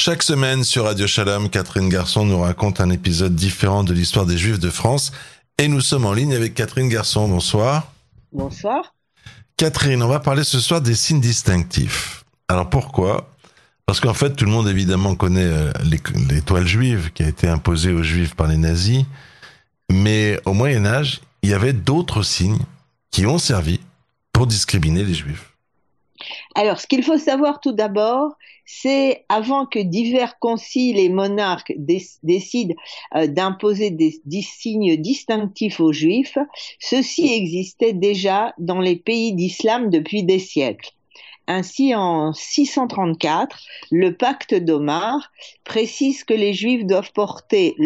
Chaque semaine sur Radio Shalom, Catherine Garçon nous raconte un épisode différent de l'histoire des Juifs de France. Et nous sommes en ligne avec Catherine Garçon. Bonsoir. Bonsoir. Catherine, on va parler ce soir des signes distinctifs. Alors pourquoi ? Parce qu'en fait, tout le monde évidemment connaît l'étoile juive qui a été imposée aux Juifs par les nazis. Mais au Moyen-Âge, il y avait d'autres signes qui ont servi pour discriminer les Juifs. Alors, ce qu'il faut savoir tout d'abord, c'est avant que divers conciles et monarques décident d'imposer des signes distinctifs aux Juifs, ceux-ci existaient déjà dans les pays d'islam depuis des siècles. Ainsi, en 634, le pacte d'Omar précise que les Juifs doivent porter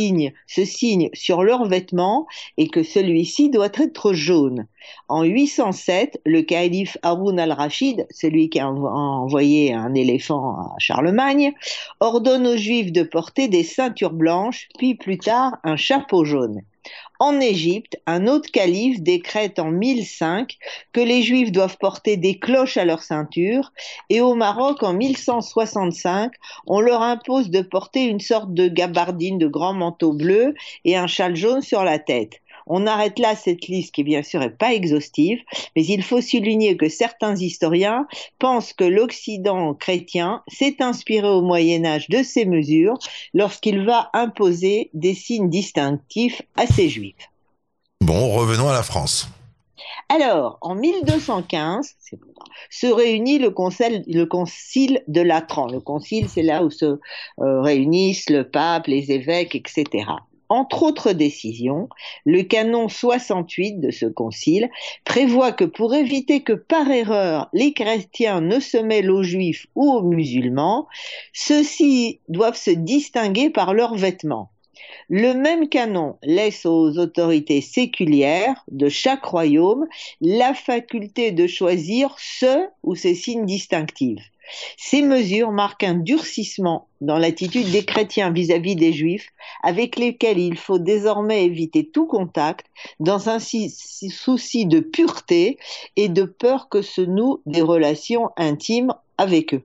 ce signe sur leurs vêtements et que celui-ci doit être jaune. En 807, le calife Haroun al-Rachid, celui qui a envoyé un éléphant à Charlemagne, ordonne aux Juifs de porter des ceintures blanches, puis plus tard un chapeau jaune. En Égypte, un autre calife décrète en 1005 que les Juifs doivent porter des cloches à leur ceinture, et au Maroc, en 1165, on leur impose de porter une sorte de gabardine de grand manteau bleu et un châle jaune sur la tête. On arrête là cette liste qui bien sûr n'est pas exhaustive, mais il faut souligner que certains historiens pensent que l'Occident chrétien s'est inspiré au Moyen-Âge de ces mesures lorsqu'il va imposer des signes distinctifs à ses Juifs. Bon, revenons à la France. Alors, en 1215, se réunit le concile de Latran. Le concile, c'est là où se réunissent le pape, les évêques, etc. Entre autres décisions, le canon 68 de ce concile prévoit que pour éviter que par erreur les chrétiens ne se mêlent aux juifs ou aux musulmans, ceux-ci doivent se distinguer par leurs vêtements. Le même canon laisse aux autorités séculières de chaque royaume la faculté de choisir ce ou ces signes distinctifs. Ces mesures marquent un durcissement dans l'attitude des chrétiens vis-à-vis des juifs, avec lesquels il faut désormais éviter tout contact dans un souci de pureté et de peur que se nouent des relations intimes avec eux.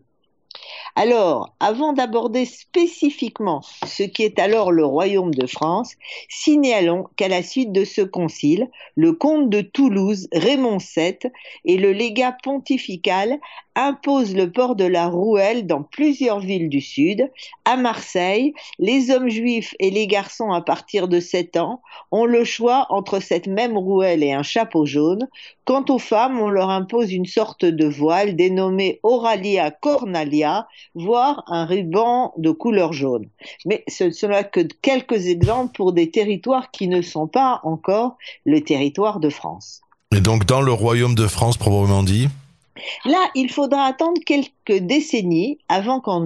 Alors, avant d'aborder spécifiquement ce qui est alors le royaume de France, signalons qu'à la suite de ce concile, le comte de Toulouse, Raymond VII, et le légat pontifical imposent le port de la rouelle dans plusieurs villes du sud. À Marseille, les hommes juifs et les garçons à partir de 7 ans ont le choix entre cette même rouelle et un chapeau jaune. Quant aux femmes, on leur impose une sorte de voile dénommée Auralia Cornalia, voire un ruban de couleur jaune. Mais ce ne sont là que quelques exemples pour des territoires qui ne sont pas encore le territoire de France. Et donc dans le royaume de France, proprement dit ? Là, il faudra attendre quelques décennies avant qu'en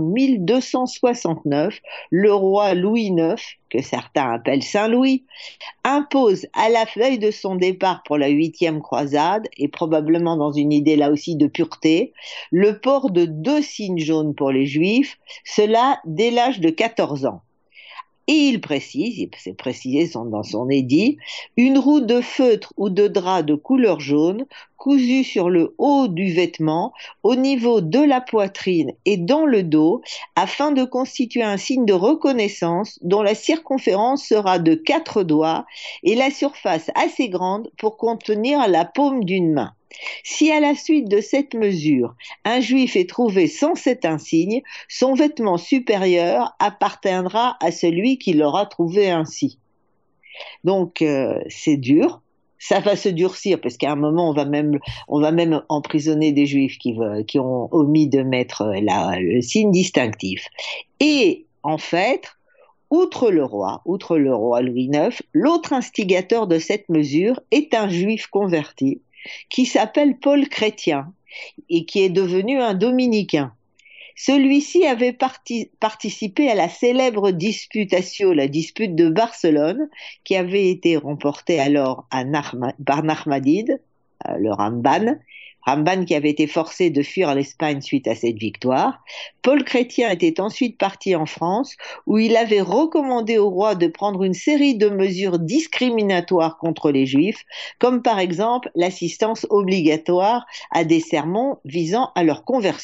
1269, le roi Louis IX, que certains appellent Saint-Louis, impose à la veille de son départ pour la 8e croisade, et probablement dans une idée là aussi de pureté, le port de 2 signes jaunes pour les Juifs, cela dès l'âge de 14 ans. Et il précise, c'est précisé dans son édit, une roue de feutre ou de drap de couleur jaune cousue sur le haut du vêtement, au niveau de la poitrine et dans le dos, afin de constituer un signe de reconnaissance dont la circonférence sera de 4 doigts et la surface assez grande pour contenir la paume d'une main. Si à la suite de cette mesure, un juif est trouvé sans cet insigne, son vêtement supérieur appartiendra à celui qui l'aura trouvé ainsi. Donc c'est dur, ça va se durcir parce qu'à un moment on va même emprisonner des juifs qui ont omis de mettre le signe distinctif. Et en fait, outre le roi Louis IX, l'autre instigateur de cette mesure est un juif converti qui s'appelle Paul Chrétien et qui est devenu un dominicain. Celui-ci avait participé à la célèbre disputatio, la dispute de Barcelone, qui avait été remportée alors par Narmadide, le Ramban, Ramban qui avait été forcé de fuir l'Espagne suite à cette victoire. Paul Chrétien était ensuite parti en France où il avait recommandé au roi de prendre une série de mesures discriminatoires contre les Juifs, comme par exemple l'assistance obligatoire à des sermons visant à leur conversion.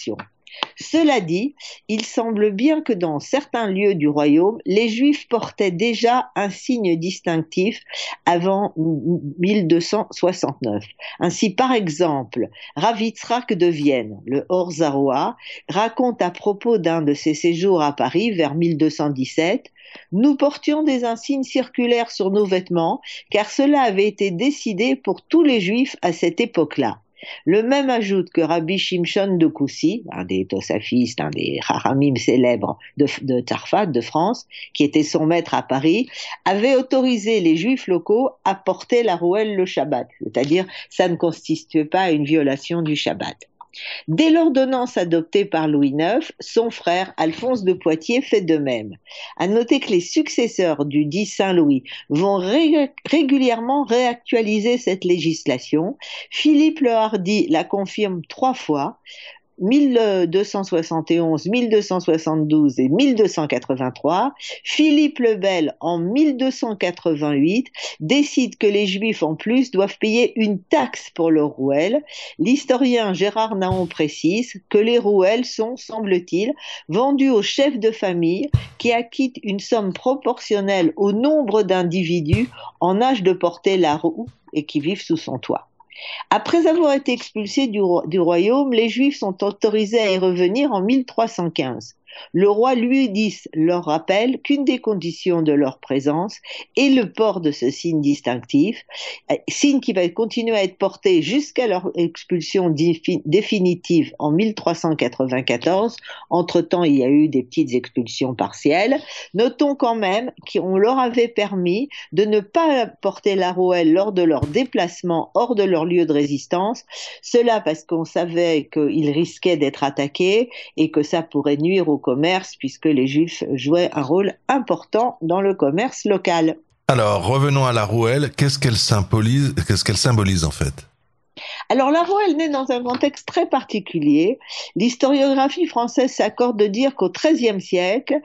Cela dit, il semble bien que dans certains lieux du royaume, les Juifs portaient déjà un signe distinctif avant 1269. Ainsi, par exemple, Rav Yitzhak de Vienne, le Or Zaroa, raconte à propos d'un de ses séjours à Paris vers 1217: nous portions des insignes circulaires sur nos vêtements, car cela avait été décidé pour tous les Juifs à cette époque-là. Le même ajoute que Rabbi Shimshon de Koussi, un des tosafistes, un des haramim célèbres de Tzarfat, de France, qui était son maître à Paris, avait autorisé les Juifs locaux à porter la rouelle le Shabbat, c'est-à-dire ça ne constituait pas une violation du Shabbat. Dès l'ordonnance adoptée par Louis IX, son frère Alphonse de Poitiers fait de même. À noter que les successeurs du dit Saint-Louis vont régulièrement réactualiser cette législation. Philippe le Hardi la confirme 3 fois, 1271, 1272 et 1283. Philippe le Bel, en 1288, décide que les Juifs en plus doivent payer une taxe pour leurs rouelles. L'historien Gérard Naon précise que les rouelles sont, semble-t-il, vendues aux chefs de famille qui acquittent une somme proportionnelle au nombre d'individus en âge de porter la roue et qui vivent sous son toit. Après avoir été expulsés du royaume, les Juifs sont autorisés à y revenir en 1315. Le roi Louis X leur rappelle qu'une des conditions de leur présence est le port de ce signe distinctif, signe qui va continuer à être porté jusqu'à leur expulsion définitive en 1394. Entre-temps, il y a eu des petites expulsions partielles. Notons quand même qu'on leur avait permis de ne pas porter la rouelle lors de leur déplacement hors de leur lieu de résistance. Cela parce qu'on savait qu'ils risquaient d'être attaqués et que ça pourrait nuire au commerce, puisque les Juifs jouaient un rôle important dans le commerce local. Alors, revenons à la rouelle. Qu'est-ce qu'elle symbolise en fait ? Alors la rouelle naît dans un contexte très particulier. L'historiographie française s'accorde de dire que le XIIIe siècle,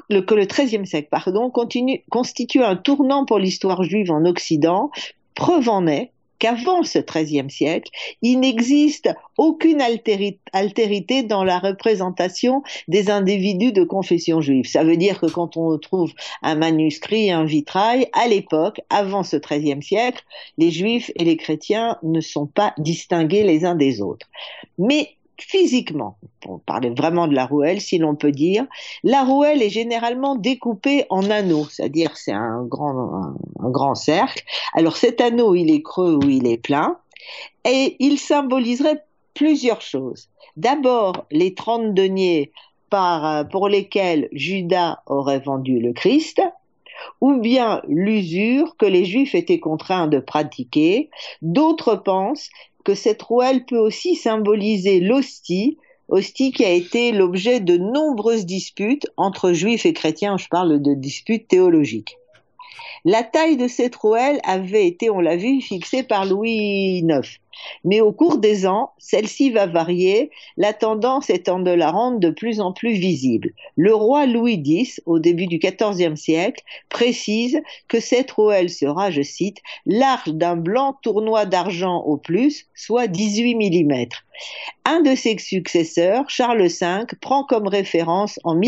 constitue un tournant pour l'histoire juive en Occident. Preuve en est qu'avant ce XIIIe siècle, il n'existe aucune altérité dans la représentation des individus de confession juive. Ça veut dire que quand on trouve un manuscrit, un vitrail, à l'époque, avant ce XIIIe siècle, les Juifs et les chrétiens ne sont pas distingués les uns des autres. Mais physiquement, pour parler vraiment de la rouelle, si l'on peut dire, la rouelle est généralement découpée en anneaux, c'est-à-dire c'est un grand cercle. Alors cet anneau, il est creux ou il est plein, et il symboliserait plusieurs choses. D'abord, les 30 deniers pour lesquels Judas aurait vendu le Christ, ou bien l'usure que les Juifs étaient contraints de pratiquer. D'autres pensent que cette rouelle peut aussi symboliser l'hostie qui a été l'objet de nombreuses disputes entre Juifs et chrétiens, je parle de disputes théologiques. La taille de cette rouelle avait été, on l'a vu, fixée par Louis IX. Mais au cours des ans, celle-ci va varier, la tendance étant de la rendre de plus en plus visible. Le roi Louis X, au début du XIVe siècle, précise que cette rouelle sera, je cite, large d'un blanc tournois d'argent au plus, soit 18 mm. Un de ses successeurs, Charles V, prend comme référence en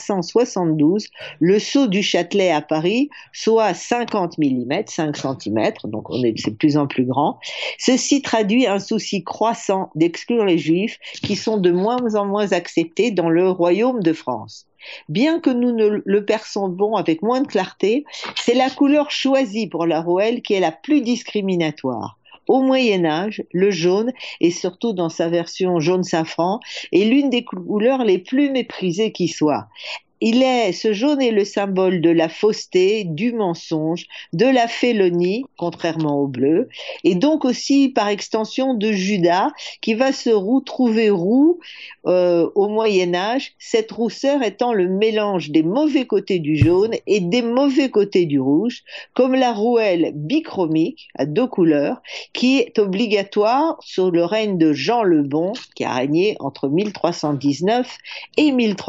1372 le sceau du Châtelet à Paris, soit 50 mm, 5 cm, donc c'est de plus en plus grand. Ceci traduit un souci croissant d'exclure les Juifs qui sont de moins en moins acceptés dans le royaume de France. Bien que nous ne le percevons avec moins de clarté, c'est la couleur choisie pour la rouelle qui est la plus discriminatoire. Au Moyen-Âge, le jaune, et surtout dans sa version jaune safran, est l'une des couleurs les plus méprisées qui soit. Ce jaune est le symbole de la fausseté, du mensonge, de la félonie, contrairement au bleu, et donc aussi par extension de Judas, qui va se trouver roux au Moyen-Âge, cette rousseur étant le mélange des mauvais côtés du jaune et des mauvais côtés du rouge, comme la rouelle bichromique à 2 couleurs, qui est obligatoire sous le règne de Jean le Bon, qui a régné entre 1319 et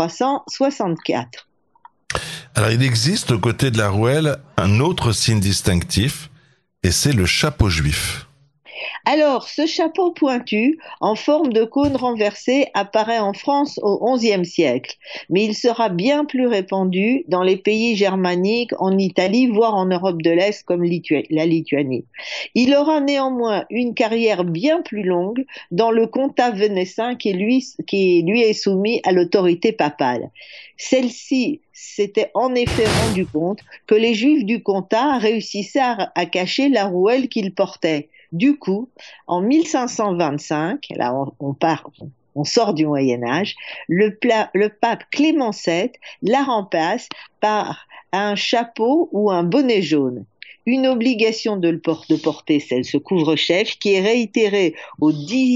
1364. Alors, il existe aux côtés de la rouelle un autre signe distinctif, et c'est le chapeau juif. Alors, ce chapeau pointu, en forme de cône renversé, apparaît en France au XIe siècle, mais il sera bien plus répandu dans les pays germaniques, en Italie, voire en Europe de l'Est comme la Lituanie. Il aura néanmoins une carrière bien plus longue dans le comtat vénétien qui lui est soumis à l'autorité papale. Celle-ci s'était en effet rendu compte que les Juifs du comtat réussissaient à cacher la rouelle qu'ils portaient. Du coup, en 1525, là on sort du Moyen Âge, le pape Clément VII la remplace par un chapeau ou un bonnet jaune. Une obligation de porter ce couvre-chef qui est réitérée au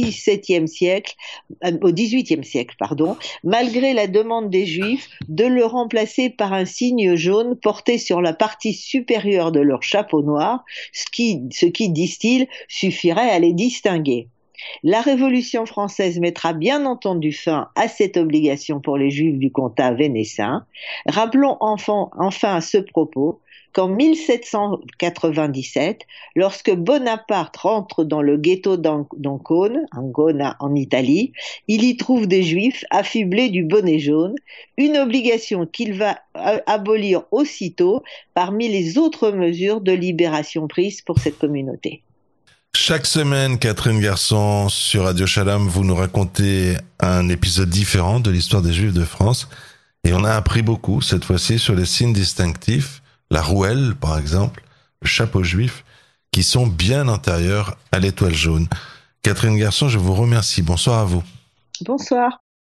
XVIIIe siècle, malgré la demande des Juifs de le remplacer par un signe jaune porté sur la partie supérieure de leur chapeau noir, ce qui, disent-ils, suffirait à les distinguer. La Révolution française mettra bien entendu fin à cette obligation pour les Juifs du comtat vénétien. Rappelons enfin à ce propos qu'en 1797, lorsque Bonaparte rentre dans le ghetto d'Ancône, en Italie, il y trouve des Juifs affublés du bonnet jaune, une obligation qu'il va abolir aussitôt parmi les autres mesures de libération prises pour cette communauté. Chaque semaine, Catherine Garçon, sur Radio Shalom, vous nous racontez un épisode différent de l'histoire des Juifs de France. Et on a appris beaucoup, cette fois-ci, sur les signes distinctifs, la rouelle, par exemple, le chapeau juif, qui sont bien antérieurs à l'étoile jaune. Catherine Garçon, je vous remercie. Bonsoir à vous. Bonsoir.